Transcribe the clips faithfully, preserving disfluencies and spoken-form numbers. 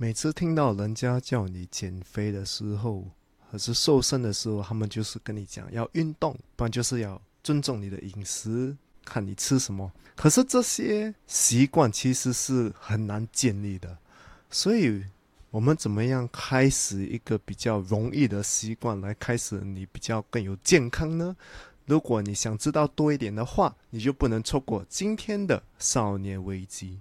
每次听到人家叫你减肥的时候，还是瘦身的时候，他们就是跟你讲要运动，不然就是要尊重你的饮食，看你吃什么。可是这些习惯其实是很难建立的，所以我们怎么样开始一个比较容易的习惯，来开始你比较更有健康呢？如果你想知道多一点的话，你就不能错过今天的少年危机。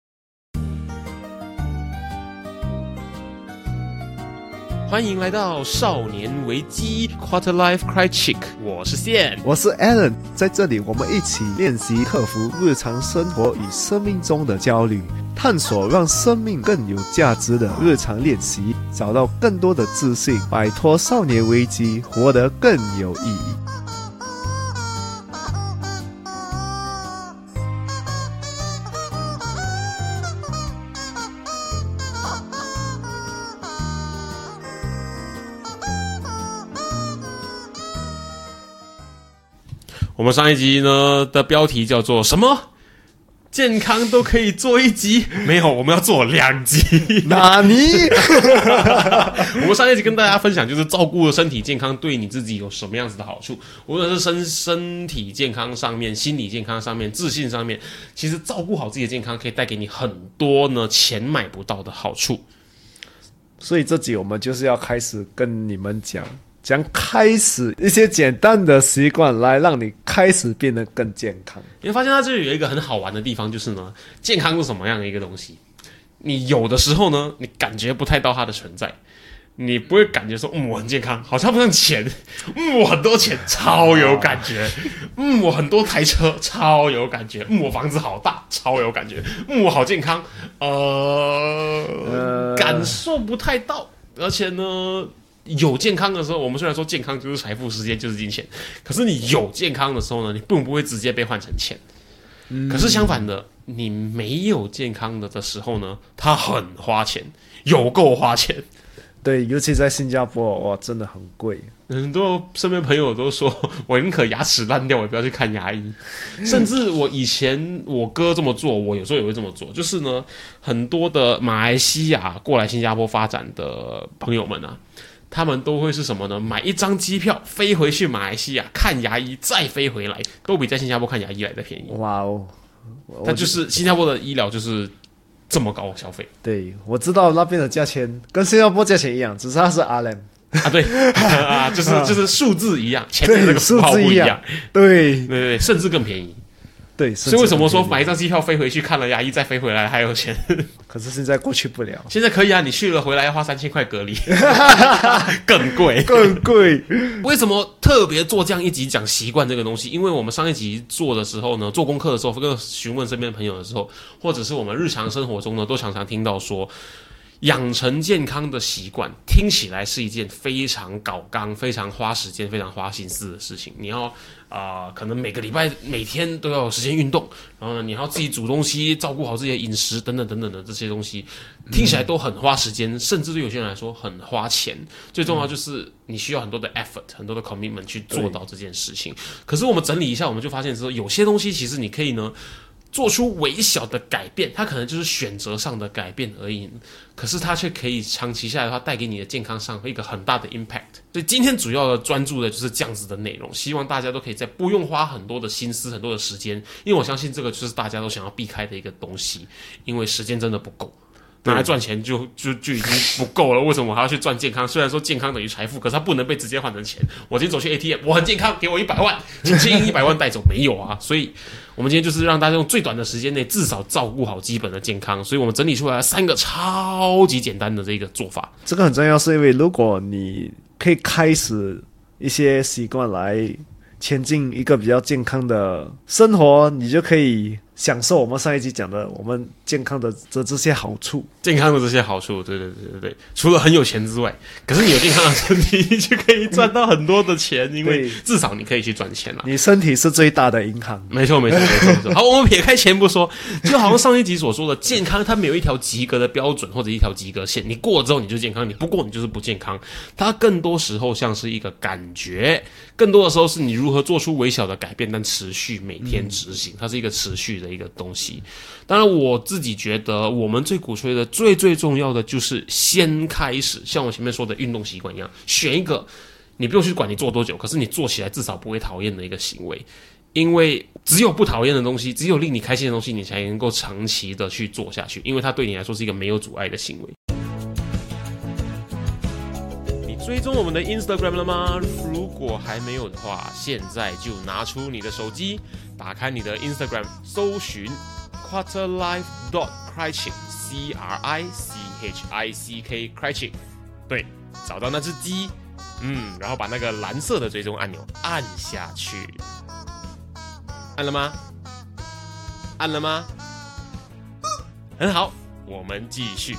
欢迎来到少年危机 Quarter Life Cry Chick， 我是宪， 我是 Alan， 在这里我们一起练习克服日常生活与生命中的焦虑，探索让生命更有价值的日常练习，找到更多的自信，摆脱少年危机，活得更有意义。 我们上一集呢的标题叫做什么？健康都可以做一集？没有，我们要做两集。 哪里？ 我们上一集跟大家分享，就是照顾身体健康对你自己有什么样子的好处，无论是身身体健康上面、心理健康上面、自信上面，其实照顾好自己的健康可以带给你很多呢钱买不到的好处。 所以这集我们就是要开始跟你们讲。将开始一些简单的习惯来让你开始变得更健康。 你会发现它这里有一个很好玩的地方，就是呢，健康是什么样的一个东西？你有的时候呢，你感觉不太到它的存在，你不会感觉说，嗯，我很健康，好像不像钱，嗯，我很多钱，超有感觉，嗯，我很多台车，超有感觉，嗯，我房子好大，超有感觉，嗯，我好健康，呃，呃感受不太到，而且呢。有健康的时候，我们虽然说健康就是财富，时间就是金钱，可是你有健康的时候呢，你并不会直接被换成钱。嗯、可是相反的，你没有健康的的时候呢，它很花钱，有够花钱。 对，尤其在新加坡，哇，真的很贵。 很多身边朋友都说，我宁可牙齿烂掉，我也不要去看牙医。甚至我以前我哥这么做，我有时候也会这么做。就是呢，很多的马来西亚过来新加坡发展的朋友们啊。他们都会是什么呢？买一张机票飞回去马来西亚看牙医，再飞回来，都比在新加坡看牙医来的便宜。哇哦！它就是新加坡的医疗就是这么高消费。 对，我知道那边的价钱跟新加坡价钱一样，只是它是 R M 啊，对啊，就是就是数字一样，前面那个符号不一样。 对对对，甚至更便宜。 对， 所以为什么说买一张机票飞回去看了牙医再飞回来还有钱？ 可是现在过去不了。 现在可以啊，你去了回来要花三千块隔离，更贵， 更贵。 为什么特别做这样一集讲习惯这个东西？因为我们上一集做的时候呢，做功课的时候，跟询问身边的朋友的时候，或者是我们日常生活中呢，都常常听到说。养成健康的习惯听起来是一件非常搞纲、非常花时间、非常花心思的事情。你要啊、呃，可能每个礼拜、每天都要有时间运动，然后呢，你还要自己煮东西，照顾好自己的饮食等等等等的这些东西，听起来都很花时间，甚至对有些人来说很花钱。最重要就是你需要很多的 effort、很多的 commitment 去做到这件事情。可是我们整理一下，我们就发现说，有些东西其实你可以呢。做出微小的改变，它可能就是选择上的改变而已，可是它却可以长期下来的话，带给你的健康上一个很大的 impact。所以今天主要的专注的就是这样子的内容，希望大家都可以在不用花很多的心思、很多的时间，因为我相信这个就是大家都想要避开的一个东西，因为时间真的不够。拿来赚钱就就就已经不够了，为什么我还要去赚健康？虽然说健康等于财富，可是它不能被直接换成钱。我今天走去 A T M， 我很健康，给我一百万，请先一百万带走，没有啊。所以我们今天就是让大家用最短的时间内，至少照顾好基本的健康。所以我们整理出来三个超级简单的这个做法。 这个很重要，是因为如果你可以开始一些习惯来前进一个比较健康的生活，你就可以。享受我们上一集讲的我们健康的这这些好处， 健康的这些好处，对对对对对。除了很有钱之外，可是你有健康的身体，你就可以赚到很多的钱，因为至少你可以去赚钱啦。 你身体是最大的银行， 没错没错没错没错。好，我们撇开钱不说，就好像上一集所说的，健康它没有一条及格的标准或者一条及格线，你过了之后你就健康，你不过你就是不健康。它更多时候像是一个感觉，更多的时候是你如何做出微小的改变，但持续每天执行，它是一个持续的。 的一个东西。当然我自己觉得我们最鼓吹的最最重要的就是先开始，像我前面说的运动习惯一样，选一个你不用去管你做多久，可是你做起来至少不会讨厌的一个行为。因为只有不讨厌的东西，只有令你开心的东西，你才能够长期的去做下去，因为它对你来说是一个没有阻碍的行为。你追踪我们的 Instagram 了吗？如果还没有的话，现在就拿出你的手机，打开你的 Instagram， 搜寻 quarterlife dot crichick C R I C H I C K crichick， 对，找到那只鸡，嗯，然后把那个蓝色的追踪按钮按下去。按了吗？按了吗？很好，我们继续。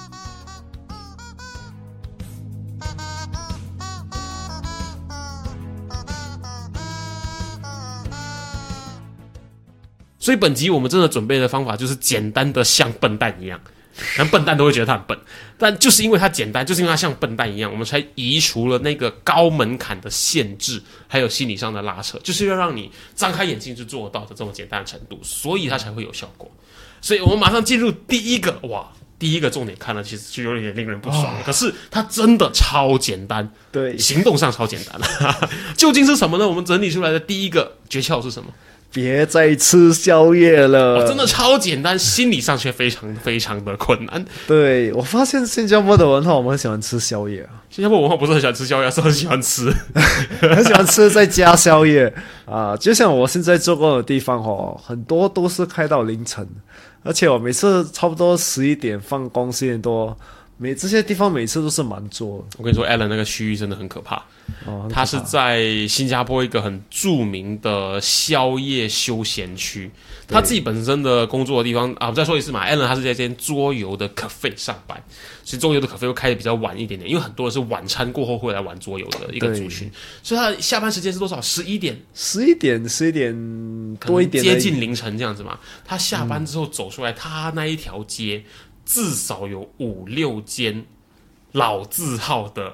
所以本集我们真的准备的方法就是简单的像笨蛋一样，但笨蛋都会觉得他很笨，但就是因为它简单，就是因为它像笨蛋一样，我们才移除了那个高门槛的限制，还有心理上的拉扯，就是要让你张开眼睛就做到的这种简单的程度，所以它才会有效果。所以我们马上进入第一个，哇，第一个重点看了其实就有点令人不爽了，可是它真的超简单， 对， 行动上超简单。究竟是什么呢？我们整理出来的第一个诀窍是什么？ 别再吃宵夜了、 哦、真的超简单，心理上却非常非常的困难。 对，我发现新加坡的文化，我们很喜欢吃宵夜啊。 新加坡文化不是很喜欢吃宵夜，是很喜欢吃， 很喜欢吃再加宵夜啊。就像我现在做过的地方哦，很多都是开到凌晨，而且我每次差不多十一点放工，十点多。每这些地方每次都是满座。 我跟你说 ，Alan 那个区域真的很可怕。哦，它是在新加坡一个很著名的宵夜休闲区。他自己本身的工作的地方啊，我再说一次嘛 ，Alan 他是在一间桌游的 cafe 上班，所以桌游的 cafe 会开的比较晚一点点，因为很多人是晚餐过后会来玩桌游的一个族群，所以他的下班时间是多少？十一点， 十一点，十一点多一点， 接近凌晨这样子嘛。他下班之后走出来，嗯、他那一条街。至少有五六间老字号的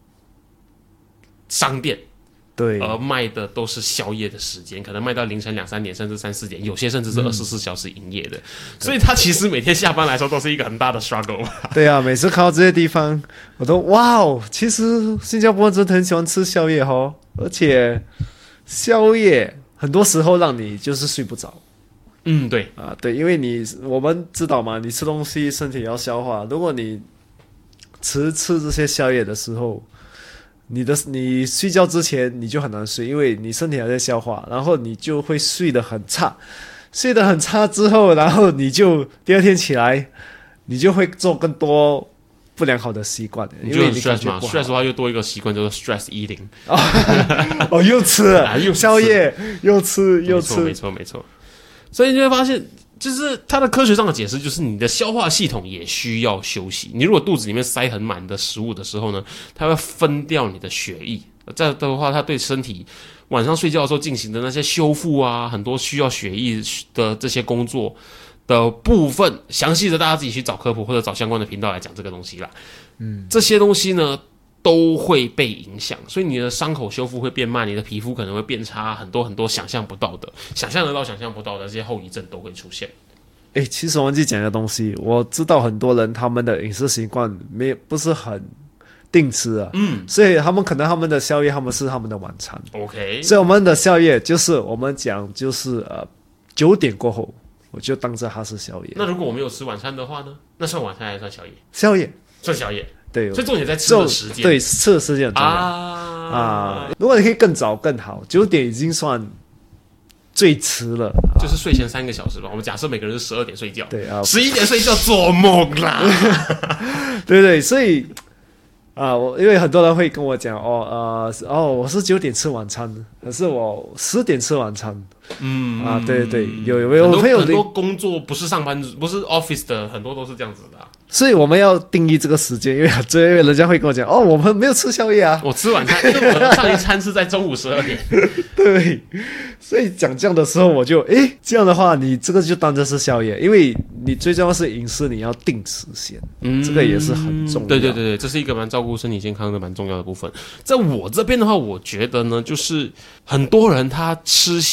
商店， 对， 而卖的都是宵夜的时间，可能卖到凌晨两三点，甚至三四点，有些甚至是二十四小时营业的、嗯。所以他其实每天下班来说都是一个很大的 struggle。 对啊，每次看到这些地方，我都哇哦，其实新加坡人真的很喜欢吃宵夜哦，而且宵夜很多时候让你就是睡不着。 嗯，对啊，对，因为你我们知道嘛，你吃东西身体要消化，如果你吃吃这些宵夜的时候，你的你睡觉之前你就很难睡，因为你身体还在消化，然后你就会睡得很差，睡得很差之后，然后你就第二天起来，你就会做更多不良好的习惯，因为你 stress 嘛 ，stress 的话又多一个习惯叫做 stress eating， 哦，又吃了，又宵夜，又吃又吃， 没错没错没错。所以你就会发现，就是它的科学上的解释，就是你的消化系统也需要休息。你如果肚子里面塞很满的食物的时候呢，它会分掉你的血液，这样的话，它对身体晚上睡觉的时候进行的那些修复啊，很多需要血液的这些工作的部分，详细的大家自己去找科普或者找相关的频道来讲这个东西啦。嗯，这些东西呢都会被影响，所以你的伤口修复会变慢，你的皮肤可能会变差，很多很多想象不到的、想象得到、想象不到的这些后遗症都会出现。 诶，其实我忘记讲一个东西，我知道很多人他们的饮食习惯没不是很定吃啊，嗯，所以他们可能他们的宵夜他们是他们的晚餐 ，OK， 所以我们的宵夜就是我们讲就是呃九点过后，我就当着它是宵夜。 那如果我没有吃晚餐的话呢？那算晚餐还是算宵夜？ 宵夜， 算宵夜。 对， 所以重点在吃的时间， 对，吃的时间很重要啊啊！如果你可以更早更好，九点已经算最迟了， 就是睡前三个小时吧。我们假设每个人是十二点睡觉， 对啊， 十一点睡觉做梦啦， 对对，所以啊，我因为很多人会跟我讲哦，呃，哦，我是九点吃晚餐，可是我十点吃晚餐。嗯啊，对对对，有有有朋友很多工作不是上班不是 office 的，很多都是这样子的、啊。 所以我们要定义这个时间，因为这因为人家会跟我讲哦，我们没有吃宵夜啊， 我吃晚餐，因为我上一餐是在中午十二点。 对，所以讲这样的时候，我就诶，这样的话，你这个就当作是宵夜，因为你最重要是饮食，你要定时先，嗯，这个也是很重要。 对对对对，这是一个蛮照顾身体健康的蛮重要的部分。在我这边的话，我觉得呢，就是很多人他吃宵夜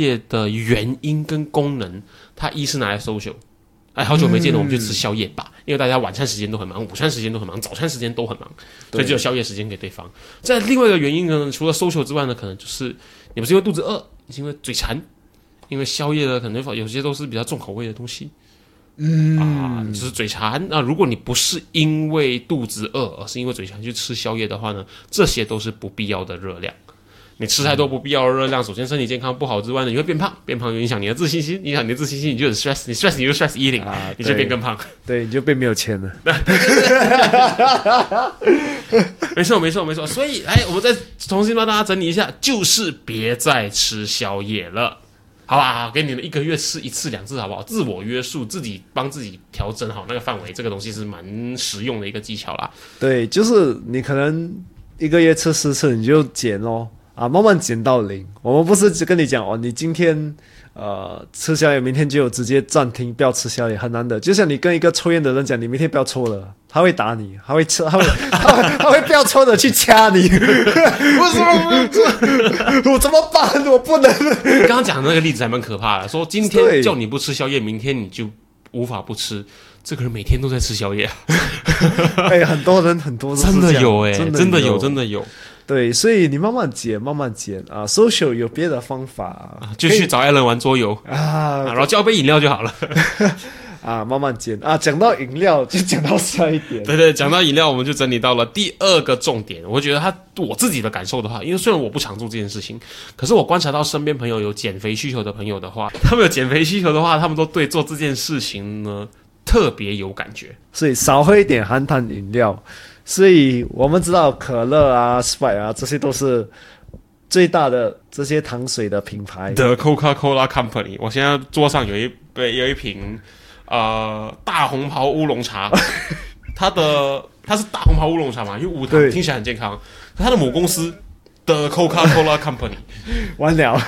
夜的原因跟功能，它一是拿来 social。哎，好久没见了，我们就吃宵夜吧。嗯、因为大家晚餐时间都很忙，午餐时间都很忙，早餐时间都很忙，所以只有宵夜时间给对方。在另外一个原因呢，除了 social 之外呢，可能就是你不是因为肚子饿，你是因为嘴馋，因为宵夜的可能有些都是比较重口味的东西。嗯啊，只是嘴馋。那如果你不是因为肚子饿，而是因为嘴馋去吃宵夜的话呢，这些都是不必要的热量。你吃太多不必要的热量，首先身体健康不好之外呢，你会变胖，变胖又影响你的自信心，影响你的自信心，你就很 stress， 你 stress 你就 stress eating，、啊、你就变更胖， 对，你就变没有钱了。 没错没错没错，所以来我们再重新帮大家整理一下，就是别再吃宵夜了。好吧，给你们一个月吃一次两次好不好？自我约束，自己帮自己调整好那个范围，这个东西是蛮实用的一个技巧啦。 对，就是你可能一个月吃十次，你就减咯。啊，慢慢减到零。我们不是只跟你讲哦，你今天呃吃宵夜，明天就直接暂停，不要吃宵夜，很难的。就像你跟一个抽烟的人讲，你明天不要抽了，他会打你，他会吃，他会他会他会不要抽的去掐你。为什么我怎么办？我不能。 刚刚讲的那个例子还蛮可怕的，说今天叫你不吃宵夜，明天你就无法不吃。这个人每天都在吃宵夜、啊。 哎、欸，很多人很多真的有哎、 欸， 真的有真的有。 对，所以你慢慢减，慢慢减啊。social 有别的方法、 啊，就去找 Alan 玩桌游 啊, 啊，然后叫杯饮料就好了。 啊，慢慢减啊。讲到饮料就讲到下一点， 对对，讲到饮料，我们就整理到了第二个重点。我觉得他我自己的感受的话，因为虽然我不常做这件事情，可是我观察到身边朋友有减肥需求的朋友的话，他们有减肥需求的话，他们都对做这件事情呢特别有感觉， 所以少喝一点含糖饮料。所以我们知道可乐啊、Sprite 啊，这些都是最大的这些糖水的品牌。 The Coca-Cola Company， 我现在桌上有一杯有一瓶呃大红袍乌龙茶，它的它是大红袍乌龙茶嘛，因为无糖听起来很健康，可它的母公司 The Coca-Cola Company 完了。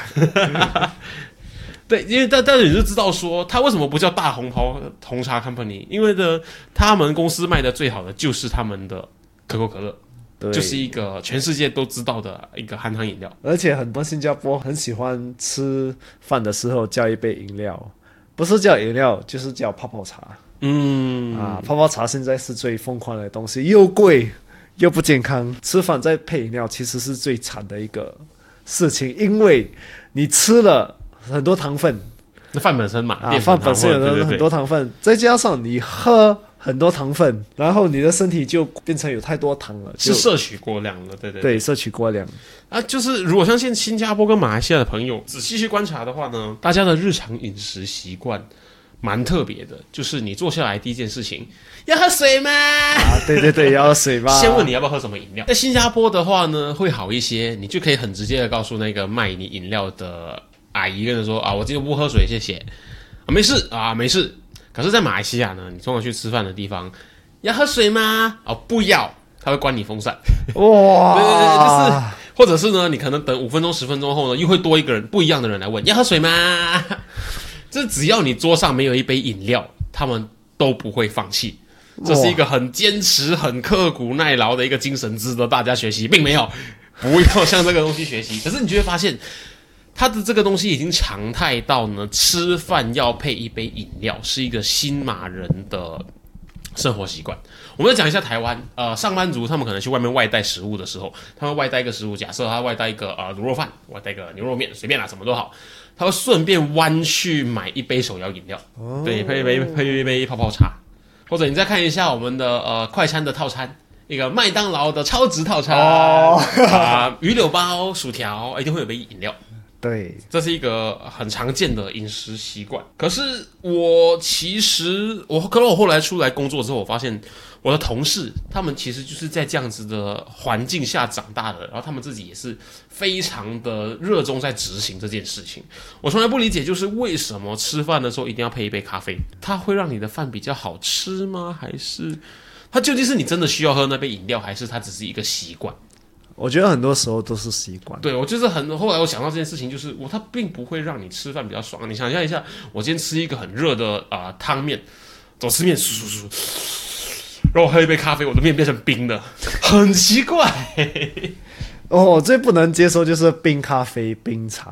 对，因为但但是你就知道说，它为什么不叫大红袍红茶 company？ 因为呢，他们公司卖的最好的就是他们的可口可乐，就是一个全世界都知道的一个含糖饮料。 而且很多新加坡很喜欢吃饭的时候叫一杯饮料，不是叫饮料就是叫泡泡茶。嗯啊，泡泡茶现在是最疯狂的东西，又贵又不健康，吃饭再配饮料其实是最惨的一个事情，因为你吃了很多糖分， 那饭本身嘛， 啊，饭本身有很多糖分，对对对，再加上你喝很多糖分，然后你的身体就变成有太多糖了， 是摄取过量了，对对对, 对，摄取过量啊。就是如果像现新加坡跟马来西亚的朋友仔细去观察的话呢，大家的日常饮食习惯蛮特别的，就是你坐下来第一件事情要喝水吗？ 啊，对对对，要喝水吧。 先问你要不要喝什么饮料。在新加坡的话呢，会好一些，你就可以很直接的告诉那个卖你饮料的阿姨，跟着说啊，我今天不喝水，谢谢，啊、没事啊，没事。可是，在马来西亚呢，你通常去吃饭的地方，要喝水吗？哦，不要，他会关你风扇。哇，对对对，就是，或者是呢，你可能等五分钟、十分钟后呢，又会多一个人不一样的人来问要喝水吗？这只要你桌上没有一杯饮料，他们都不会放弃。这是一个很坚持、很刻苦耐劳的一个精神，值得大家学习，并没有不要向这个东西学习。可是你就会发现，它的这个东西已经常态到呢，吃饭要配一杯饮料，是一个新马人的生活习惯。我们再讲一下台湾，呃，上班族他们可能去外面外带食物的时候，他们外带一个食物，假设他外带一个呃卤肉饭，外带一个牛肉面，随便啦，什么都好，他会顺便弯去买一杯手摇饮料，哦、对，配一杯配一杯泡泡茶，或者你再看一下我们的呃快餐的套餐，一个麦当劳的超值套餐，哦、啊，鱼柳包、薯条，一定会有杯饮料。 对， 这是一个很常见的饮食习惯。可是我其实我，可能我后来出来工作之后，我发现我的同事他们其实就是在这样子的环境下长大的，然后他们自己也是非常的热衷在执行这件事情。我从来不理解，就是为什么吃饭的时候一定要配一杯咖啡？它会让你的饭比较好吃吗？还是它究竟是你真的需要喝那杯饮料，还是它只是一个习惯？ 我觉得很多时候都是习惯。 对，我就是很后来我想到这件事情，就是我它并不会让你吃饭比较爽。你想象一下，我今天吃一个很热的啊、呃、汤面，走吃面，嗖嗖嗖，然后我喝一杯咖啡，我的面变成冰的，很奇怪。 哦，最不能接受就是冰咖啡、冰茶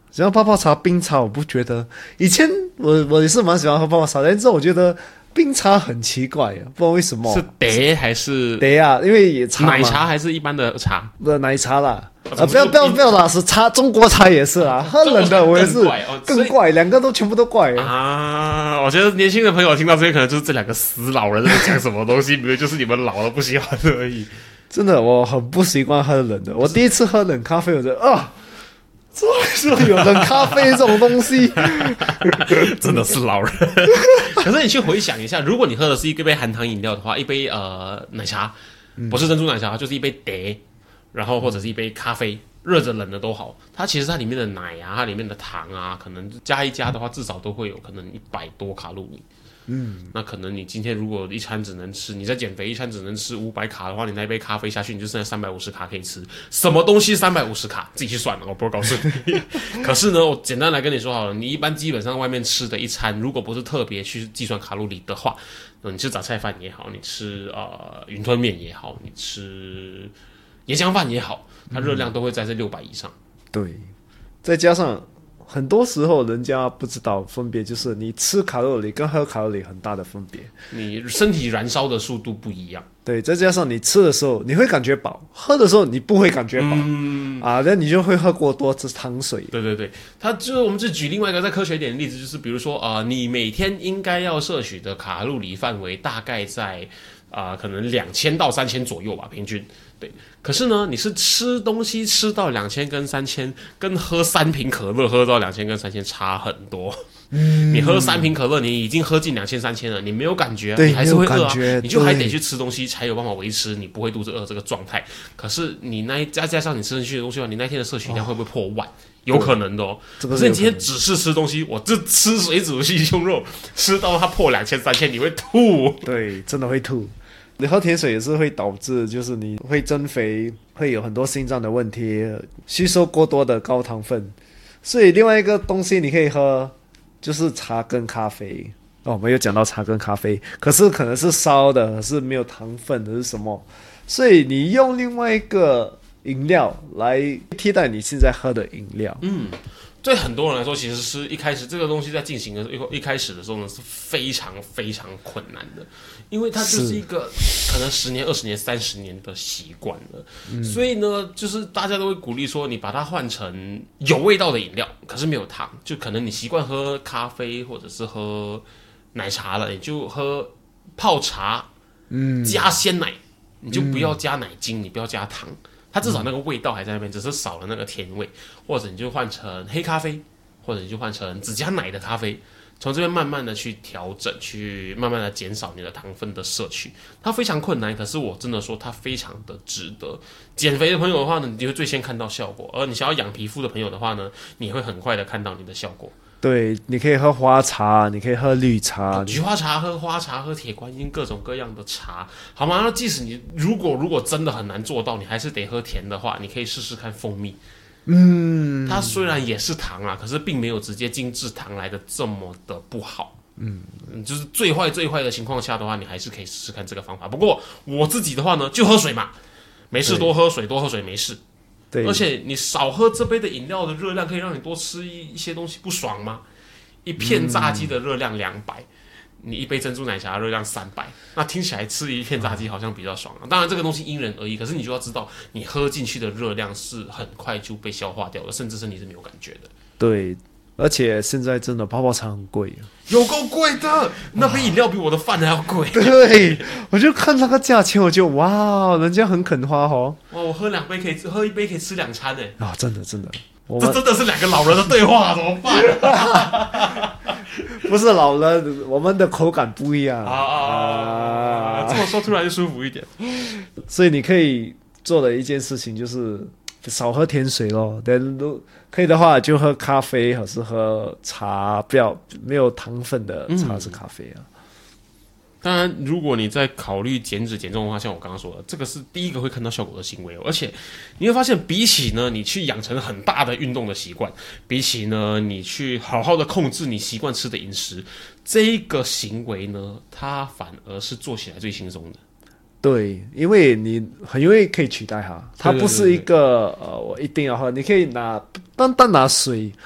像泡泡茶、冰茶，我不觉得。以前我我也是蛮喜欢喝泡泡茶，但是我觉得冰茶很奇怪啊，不知道为什么。 是得还是得啊？因为也茶嘛奶茶还是一般的茶？ 不是奶茶啦。啊！不要不要不要啦！是茶，中国茶也是啊，喝冷的我也是更怪，哦、 更怪，两个都全部都怪啊！我觉得年轻的朋友听到这些，可能就是这两个死老人在讲什么东西，以为就是你们老了不喜欢而已。 真的，我很不习惯喝冷的。我第一次喝冷咖啡，我觉得啊，怎么会有冷咖啡这种东西？ 真的是老人。可是你去回想一下，如果你喝的是一杯含糖饮料的话，一杯呃奶茶，不是珍珠奶茶，就是一杯得。然后或者是一杯咖啡，热着冷的都好，它其实它里面的奶啊，它里面的糖啊，可能加一加的话，至少都会有可能一百多卡路里。嗯，那可能你今天如果一餐只能吃，你在减肥一餐只能吃五百卡的话，你那一杯咖啡下去，你就剩下三百五十卡可以吃。什么东西三百五十卡？自己去算了，我不会告诉你。可是呢，我简单来跟你说好了，你一般基本上外面吃的一餐，如果不是特别去计算卡路里的话，你吃杂菜饭也好，你吃呃云吞面也好，你吃椰浆饭也好，它热量都会在这六百以上。 对，再加上很多时候人家不知道分别，就是你吃卡路里跟喝卡路里很大的分别， 你身体燃烧的速度不一样。 对，再加上你吃的时候你会感觉饱，喝的时候你不会感觉饱、嗯、啊，那你就会喝过多支糖水。 对对对，它就是我们就举另外一个再科学一点的例子，就是比如说啊、呃，你每天应该要摄取的卡路里范围大概在啊、呃，可能两千到三千左右吧，平均。对，可是呢，你是吃东西吃到两千跟三千，跟喝三瓶可乐喝到两千跟三千差很多。嗯，你喝三瓶可乐，你已经喝进两千三千了，你没有感觉、啊，你还是会饿啊，你就还得去吃东西才有办法维持你不会肚子饿这个状态。可是你那再加上你吃进去的东西，你那天的摄取量会不会破万？哦，有可能的哦。可是你今天只是吃东西，我这吃水煮鸡胸肉吃到它破两千三千，你会吐。 对，真的会吐。你喝甜水也是会导致，就是你会增肥，会有很多心脏的问题，吸收过多的高糖分。所以另外一个东西你可以喝，就是茶跟咖啡。哦，我们有讲到茶跟咖啡，可是可能是烧的，可是没有糖分的是什么？所以你用另外一个饮料来替代你现在喝的饮料。 嗯。对很多人来说，其实是一开始这个东西在进行的一开始的时候呢，是非常非常困难的，因为它就是一个可能十年、二十年、三十年的习惯了、嗯。所以呢，就是大家都会鼓励说，你把它换成有味道的饮料，可是没有糖，就可能你习惯喝咖啡或者是喝奶茶了，你就喝泡茶，嗯，加鲜奶，你就不要加奶精，嗯、你不要加糖。它至少那个味道还在那边，只是少了那个甜味，或者你就换成黑咖啡，或者你就换成只加奶的咖啡，从这边慢慢的去调整，去慢慢的减少你的糖分的摄取。它非常困难，可是我真的说它非常的值得。减肥的朋友的话呢，你会最先看到效果；而你想要养皮肤的朋友的话呢，你会很快的看到你的效果。 对，你可以喝花茶，你可以喝绿茶， 菊花茶、喝花茶、喝铁观音，各种各样的茶，好吗？那即使你如果如果真的很难做到，你还是得喝甜的话，你可以试试看蜂蜜。嗯，它虽然也是糖啊，可是并没有直接精制糖来的这么的不好。嗯，就是最坏最坏的情况下的话，你还是可以试试看这个方法。不过我自己的话呢，就喝水嘛，没事多喝水，多喝水没事。对，而且你少喝这杯的饮料的热量，可以让你多吃一些东西，不爽吗？一片炸鸡的热量两百、嗯，你一杯珍珠奶茶的热量三百，那听起来吃一片炸鸡好像比较爽、啊。当然这个东西因人而异，可是你就要知道，你喝进去的热量是很快就被消化掉的，甚至身体是没有感觉的。 对，而且现在真的泡泡茶很贵、啊， 有够贵的，那杯饮料比我的饭还要贵。 对，我就看那个价钱，我就哇，人家很肯花哦。 哇，我喝两杯可以喝一杯可以吃两餐诶。 啊，真的真的。 这真的是两个老人的对话，怎么办、啊？ 不是老人，我们的口感不一样啊啊！这么说出来就舒服一点。 所以你可以做的一件事情就是少喝甜水咯，但可以的话就喝咖啡，或是喝茶，不要没有糖分的茶是咖啡啊。嗯， 当然，如果你在考虑减脂减重的话，像我刚刚说的，这个是第一个会看到效果的行为、哦、而且你会发现，比起呢你去养成很大的运动的习惯，比起呢你去好好的控制你习惯吃的饮食，这个行为呢，它反而是做起来最轻松的。 对，因为你很容易可以取代它，它不是一个呃我一定要喝，你可以拿单单拿水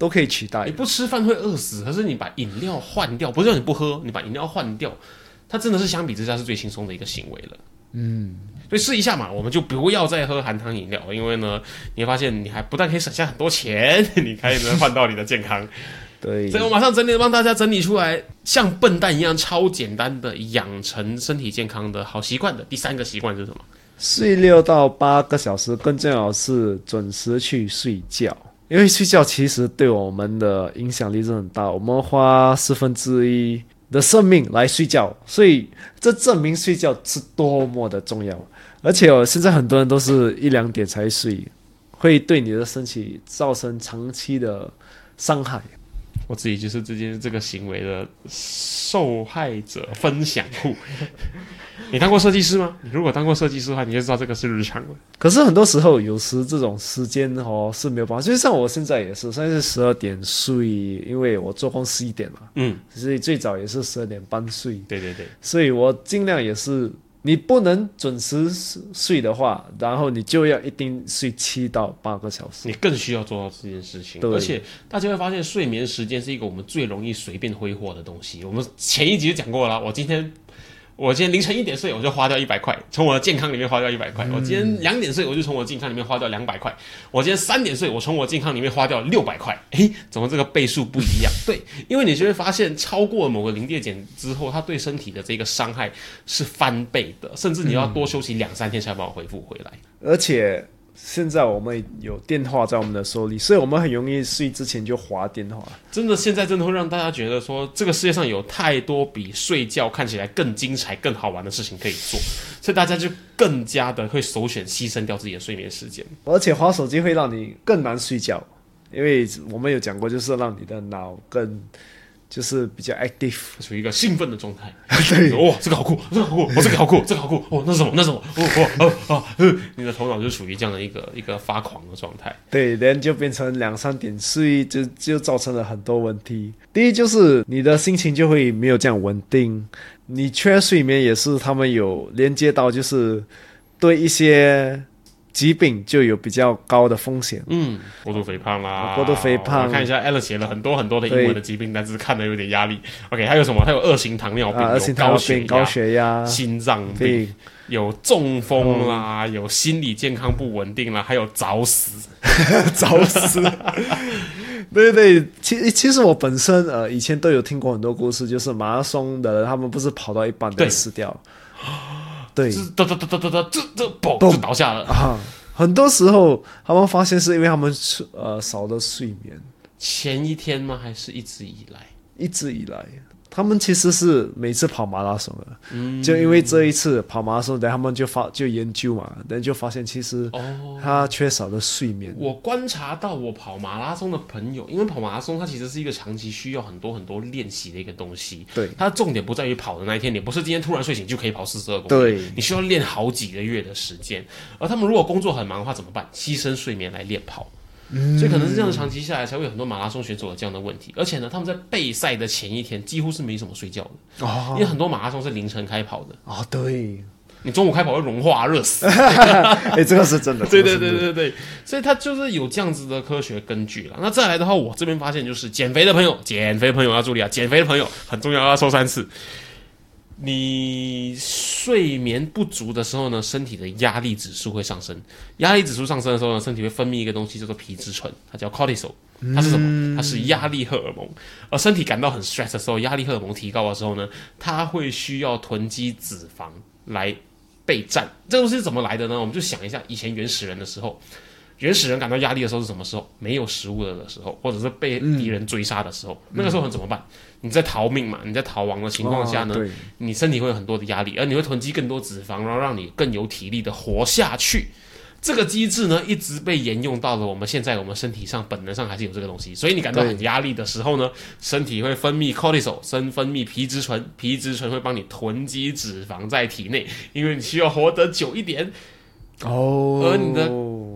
都可以取代。 你不吃饭会饿死，可是你把饮料换掉，不是叫你不喝，你把饮料换掉，它真的是相比之下是最轻松的一个行为了。嗯，所以试一下嘛，我们就不要再喝含糖饮料，因为呢，你会发现你还不但可以省下很多钱，你还能换到你的健康。 对， 所以我马上整理帮大家整理出来，像笨蛋一样超简单的养成身体健康的好习惯的第三个习惯是什么？ 睡六到八个小时，更重要的是准时去睡觉。因为睡觉其实对我们的影响力是很大，我们花四分之一的生命来睡觉，所以这证明睡觉是多么的重要。而且哦，现在很多人都是一两点才睡，会对你的身体造成长期的伤害。 我自己就是这件这个行为的受害者分享户。你当过设计师吗？你如果当过设计师的话，你就知道这个是日常了。 可是很多时候，有时这种时间哦是没有办法，就像我现在也是，现在是十二点睡，因为我做工十一点嘛， 嗯， 所以最早也是十二点半睡。 对对对， 所以我尽量也是，你不能准时睡的话，然后你就要一定睡七到八个小时。 你更需要做到这件事情。而且大家会发现，睡眠时间是一个我们最容易随便挥霍的东西。我们前一集就讲过了，我今天。我今天凌晨一点睡，我就花掉一百块，从我的健康里面花掉一百块。我今天两点睡，我就从我的健康里面花掉两百块。我今天三点睡，我从我健康里面花掉六百块。诶，怎么这个倍数不一样？对，因为你就会发现，超过某个临界点之后，它对身体的这个伤害是翻倍的，甚至你要多休息两三天才把我恢复回来。 而且现在我们有电话在我们的手里，所以我们很容易睡之前就滑电话。 真的，现在真的会让大家觉得说，这个世界上有太多比睡觉看起来更精彩、更好玩的事情可以做，所以大家就更加的会首选牺牲掉自己的睡眠时间。 而且滑手机会让你更难睡觉，因为我们有讲过，就是让你的脑更就是比较 active， 处于一个兴奋的状态。 对， 哇、哦，这个好酷，这个好酷，哦，这个好酷，这个好酷，哦，那是什么？那是什么？哦哦哦哦，呃，你的头脑就处于这样的一个一个发狂的状态。 对，人就变成两三点睡，就就造成了很多问题。第一就是你的心情就会没有这样稳定，你缺睡眠也是他们有连接到，就是对一些疾病就有比较高的风险。 嗯，过度肥胖啦， 过度肥胖。 我看一下 Alan 写了很多很多的英文的疾病，但是看了有点压力。OK， 还有什么？还有二型糖尿病， 啊、二型糖尿病、高血压、 心脏病，有中风啦，嗯、有心理健康不稳定啦，还有早死， 早死。对对，其其实我本身呃以前都有听过很多故事，就是马拉松的人，他们不是跑到一半就死掉。对， 哒哒哒哒哒哒，这这嘣就倒下了啊！很多时候他们发现是因为他们呃少了睡眠。 前一天吗？还是一直以来？ 一直以来，他们其实是每次跑马拉松的，嗯，就因为这一次跑马拉松，等他们就发就研究嘛，等就发现其实他缺少了睡眠。 哦、我观察到我跑马拉松的朋友，因为跑马拉松它其实是一个长期需要很多很多练习的一个东西。 对， 它的重点不在于跑的那一天，你不是今天突然睡醒就可以跑四十二公里，对，你需要练好几个月的时间。而他们如果工作很忙的话怎么办？牺牲睡眠来练跑。所以可能是这样的，长期下来才会有很多马拉松选手有这样的问题。而且呢，他们在备赛的前一天几乎是没什么睡觉的，哦，因为很多马拉松是凌晨开跑的。 哦，对， 你中午开跑会融化热死。 哎、欸，这个是真的。 对对对对对，所以它就是有这样子的科学根据了。那再来的话，我这边发现就是减肥的朋友，减肥朋友要注意啊，减肥的朋友很重要，要瘦三次。你睡眠不足的时候呢，身体的压力指数会上升。压力指数上升的时候呢，身体会分泌一个东西叫做皮质醇，它叫 cortisol。它是什么？它是压力荷尔蒙。而身体感到很 stress 的时候，压力荷尔蒙提高的时候呢，它会需要囤积脂肪来备战。这东西是怎么来的呢？我们就想一下，以前原始人的时候。原始人感到压力的时候是什么时候？没有食物的时候，或者是被敌人追杀的时候，嗯、那个时候怎么办？你在逃命嘛？你在逃亡的情况下呢、哦，你身体会有很多的压力，而你会囤积更多脂肪，然后让你更有体力的活下去。这个机制呢，一直被沿用到了我们现在，我们身体上本能上还是有这个东西。所以你感到很压力的时候呢，身体会分泌 cortisol， 身分泌皮质醇，皮质醇会帮你囤积脂肪在体内，因为你需要活得久一点。 哦， 而你的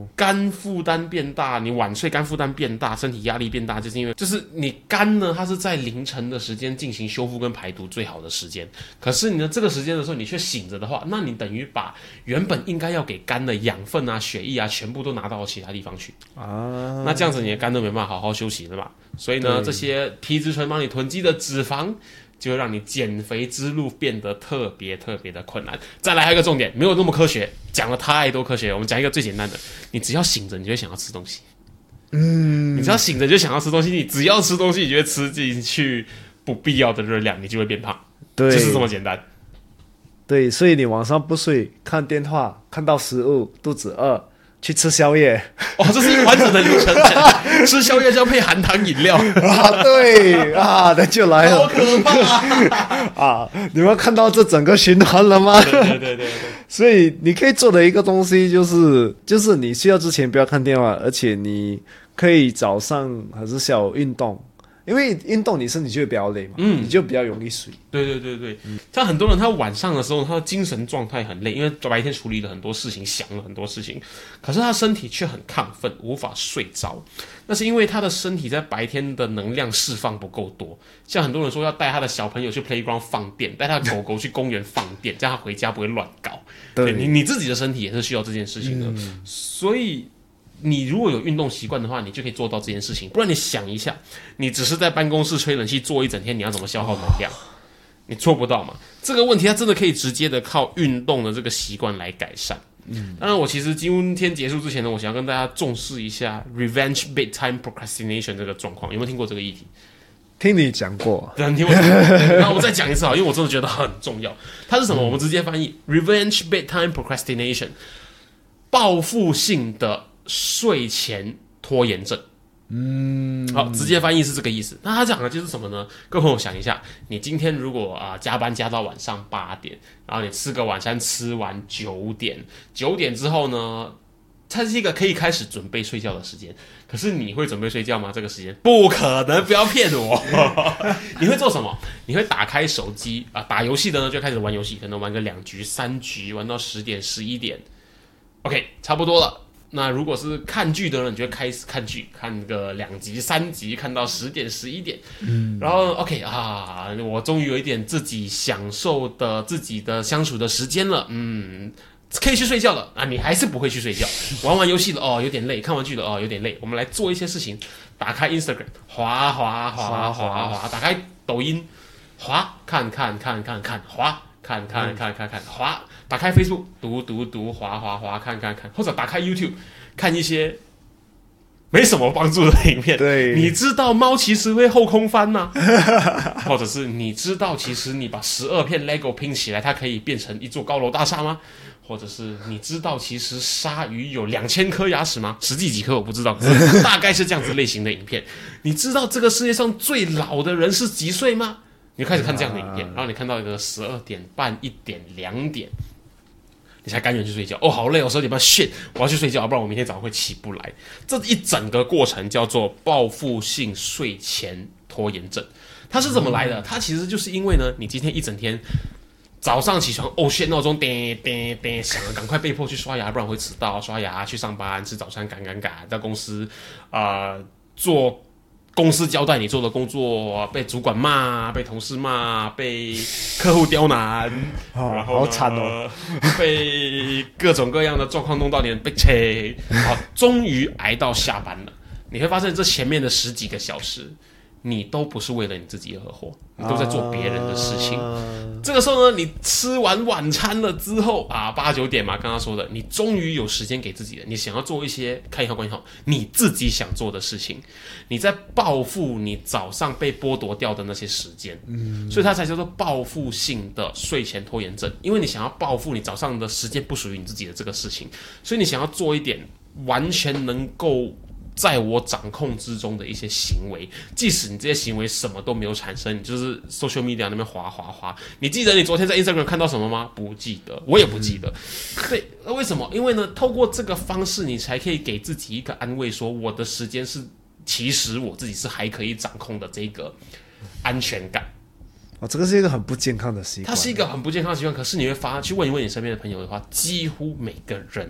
肝负担变大，你晚睡肝负担变大，身体压力变大，就是因为就是你肝呢，它是在凌晨的时间进行修复跟排毒最好的时间，可是你呢这个时间的时候你却醒着的话，那你等于把原本应该要给肝的养分啊、血液啊，全部都拿到其他地方去啊，那这样子你的肝都没办法好好休息了嘛，所以呢，这些皮质醇帮你囤积的脂肪。就会让你减肥之路变得特别特别的困难。再来还有一个重点，没有那么科学，讲了太多科学了。我们讲一个最简单的，你只要醒着，你就会想要吃东西。嗯，你只要醒着就想要吃东西，你只要吃东西，你就会吃进去不必要的热量，你就会变胖。对，就是这么简单。 对，所以你晚上不睡，看电话，看到食物，肚子饿。去吃宵夜哦，这是一个完整的流程。吃宵夜就要配含糖饮料啊，对啊，那就来了， 好可怕啊！你们看到这整个循环了吗？ 对对对对对。 所以你可以做的一个东西就是，就是你睡觉之前不要看电话，而且你可以早上还是下午运动。因为运动你身体就会比较累嘛，嗯，你就比较容易睡。 对对对对，嗯、像很多人他晚上的时候，他的精神状态很累，因为白天处理了很多事情，想了很多事情，可是他身体却很亢奋，无法睡着。那是因为他的身体在白天的能量释放不够多。像很多人说要带他的小朋友去 playground 放电，带他的狗狗去公园放电，这样他回家不会乱搞。对，你你自己的身体也是需要这件事情的，嗯、所以。你如果有运动习惯的话，你就可以做到这件事情。不然你想一下，你只是在办公室吹冷气坐一整天，你要怎么消耗能量？你做不到嘛？这个问题它真的可以直接的靠运动的这个习惯来改善。嗯，当然我其实今天结束之前呢，我想要跟大家重视一下 revenge bedtime procrastination 这个状况，有没有听过这个议题？ 听你讲过， 对，听我讲过。那我再讲一次啊，因为我真的觉得很重要。它是什么？我们直接翻译 revenge bedtime procrastination， 报复性的睡前拖延症。嗯，好，直接翻译是这个意思。那他讲的就是什么呢？各位朋友想一下，你今天如果啊、呃、加班加到晚上八点，然后你吃个晚餐吃完九点，九点之后呢，它是一个可以开始准备睡觉的时间。可是你会准备睡觉吗？这个时间不可能，不要骗我。你会做什么？你会打开手机啊、呃，打游戏的呢就开始玩游戏，可能玩个两局三局，玩到十点十一点。OK， 差不多了。那如果是看剧的人，你就会开始看剧，看个两集三集，看到十点十一点，嗯，然后 OK 啊，我终于有一点自己享受的自己的相处的时间了，嗯，可以去睡觉了啊，你还是不会去睡觉，玩完游戏了哦，有点累，看完剧了哦，有点累，我们来做一些事情，打开 Instagram， 滑滑滑滑滑，打开抖音，滑看看看看看滑。看看看看看滑，打开 Facebook 读读读滑滑滑看看看，或者打开 YouTube 看一些没什么帮助的影片。 对， 你知道猫其实会后空翻吗？或者是你知道其实你把十二片 Lego 拼起来，它可以变成一座高楼大厦吗？或者是你知道其实鲨鱼有两千颗牙齿吗？实际几颗我不知道，可是大概是这样子类型的影片。你知道这个世界上最老的人是几岁吗？你就开始看这样的影片，然后你看到一个十二点半、一点、两点，你才甘愿去睡觉。哦，好累哦，十二点半 ，shit， 我要去睡觉，不然我明天早上会起不来。这一整个过程叫做报复性睡前拖延症。它是怎么来的？它其实就是因为呢，你今天一整天早上起床，哦 shit， 闹钟叮叮叮响了，赶快被迫去刷牙，不然会迟到。刷牙去上班，吃早餐，赶赶赶，在公司啊、呃、做。公司交代你做的工作，被主管骂，被同事骂，被客户刁难， 哦、 然后好惨哦， 被各种各样的状况弄到你被切，好，终于挨到下班了。你会发现，这前面的十几个小时，你都不是为了你自己而活，你都在做别人的事情。啊、这个时候呢，你吃完晚餐了之后啊，八九点嘛，刚刚说的，你终于有时间给自己了。你想要做一些看一下关系好，你自己想做的事情，你在报复你早上被剥夺掉的那些时间。嗯，所以它才叫做报复性的睡前拖延症，因为你想要报复你早上的时间不属于你自己的这个事情，所以你想要做一点完全能够。在我掌控之中的一些行为，即使你这些行为什么都没有产生，你就是 social media 那边滑滑滑。你记得你昨天在 Instagram 看到什么吗？不记得，我也不记得。对，为什么？因为呢，透过这个方式，你才可以给自己一个安慰，说我的时间是，其实我自己是还可以掌控的这个安全感。 哦，这个是一个很不健康的习惯。 它是一个很不健康的习惯，可是你会发去问一问你身边的朋友的话，几乎每个人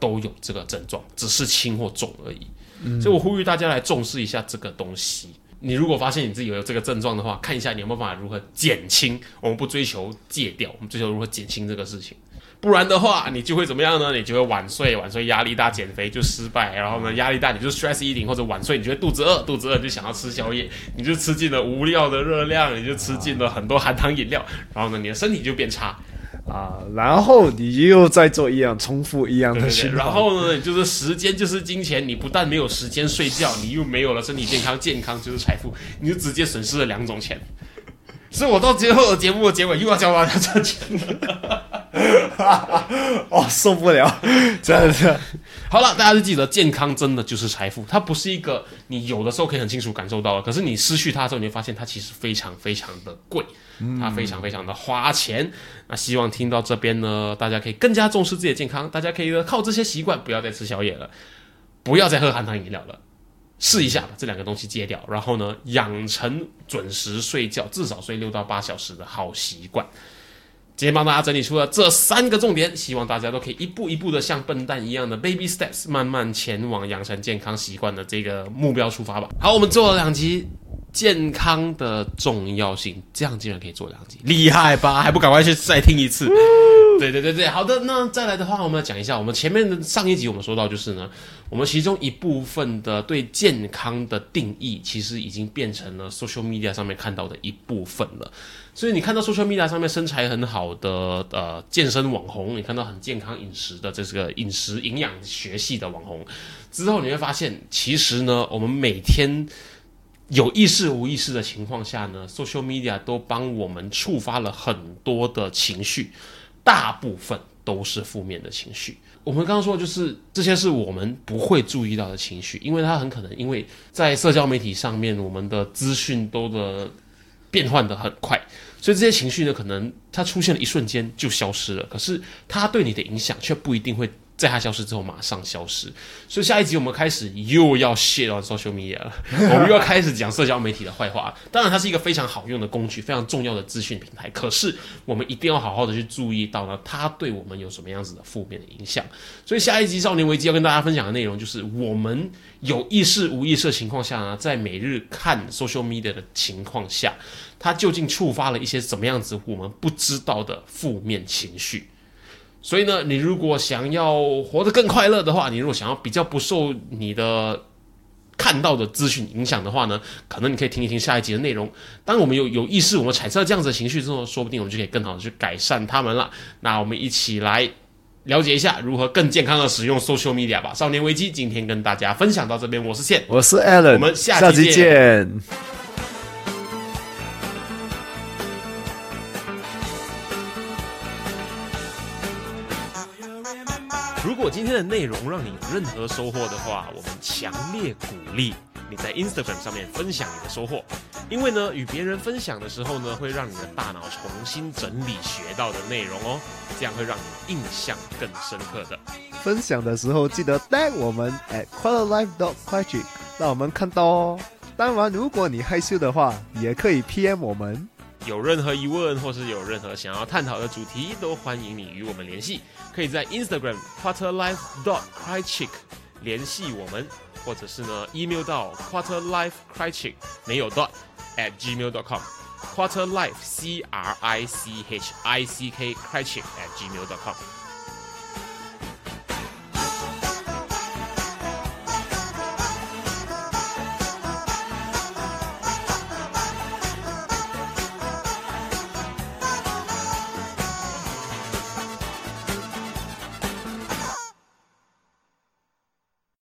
都有这个症状，只是轻或重而已。嗯、所以我呼吁大家来重视一下这个东西。你如果发现你自己有这个症状的话，看一下你有没有办法如何减轻。我们不追求戒掉，我们追求如何减轻这个事情。不然的话，你就会怎么样呢？你就会晚睡，晚睡压力大，减肥就失败。然后呢，压力大你就 stress eating， 或者晚睡你就会肚子饿，肚子饿你就想要吃宵夜，你就吃进了无料的热量，你就吃进了很多含糖饮料，然后呢，你的身体就变差。 啊，然后你又在做一样重复一样的循环， 然后呢，就是时间就是金钱，你不但没有时间睡觉，你又没有了身体健康，健康就是财富，你就直接损失了两种钱。所以我到最后的节目的结尾又要教大家赚钱了。 哦，受不了，真的是。 好了，大家就记得，健康真的就是财富，它不是一个你有的时候可以很清楚感受到的，可是你失去它之后，你会发现它其实非常非常的贵，它非常非常的花钱。那希望听到这边呢，大家可以更加重视自己的健康，大家可以靠这些习惯，不要再吃宵夜了，不要再喝含糖饮料了。试一下把这两个东西戒掉，然后呢，养成准时睡觉，至少睡六到八小时的好习惯。今天帮大家整理出了这三个重点，希望大家都可以一步一步的像笨蛋一样的 baby steps， 慢慢前往养成健康习惯的这个目标出发吧。好，我们做了两集健康的重要性，这样竟然可以做两集，厉害吧？还不赶快去再听一次？对对对对，好的，那再来的话，我们来讲一下，我们前面的上一集我们说到，就是呢，我们其中一部分的对健康的定义，其实已经变成了 social media 上面看到的一部分了。所以你看到 social media 上面身材很好的呃健身网红，你看到很健康饮食的这个饮食营养学系的网红之后，你会发现，其实呢，我们每天有意识无意识的情况下呢 ，social media 都帮我们触发了很多的情绪。大部分都是负面的情绪。我们刚刚说，就是这些是我们不会注意到的情绪，因为它很可能因为在社交媒体上面，我们的资讯都的变换的很快，所以这些情绪呢，可能它出现了一瞬间就消失了，可是它对你的影响却不一定会在它消失之后马上消失。所以下一集我们开始又要 shit on social media 了，我们又要开始讲社交媒体的坏话。当然它是一个非常好用的工具，非常重要的资讯平台，可是我们一定要好好的去注意到呢，它对我们有什么样子的负面的影响。所以下一集少年危机要跟大家分享的内容，就是我们有意识无意识的情况下呢，在每日看 social media 的情况下，它究竟触发了一些怎么样子我们不知道的负面情绪。所以呢，你如果想要活得更快乐的话，你如果想要比较不受你的看到的资讯影响的话呢，可能你可以听一听下一集的内容。当我们有有意识，我们产生了这样子的情绪之后，说不定我们就可以更好的去改善它们了。那我们一起来了解一下如何更健康的使用 social media 吧。少年危机今天跟大家分享到这边，我是宪， 我是 Alan， 我们下下期期见。 如果今天的内容让你有任何收获的话，我们强烈鼓励你在 Instagram 上面分享你的收获，因为呢，与别人分享的时候呢，会让你的大脑重新整理学到的内容哦，这样会让你印象更深刻的。 分享的时候记得 tag 我们 at quarterlife dot critic， 让我们看到哦。当然，如果你害羞的话，也可以 P M 我们。 有任何疑问或是有任何想要探讨的主题，都欢迎你与我们联系，可以在 Instagram quarterlife dot critic 联系我们，或者是呢 email 到 quarterlifecritic 没有 dot at gmail dot com quarterlife c r i c h i c k critic at gmail dot com。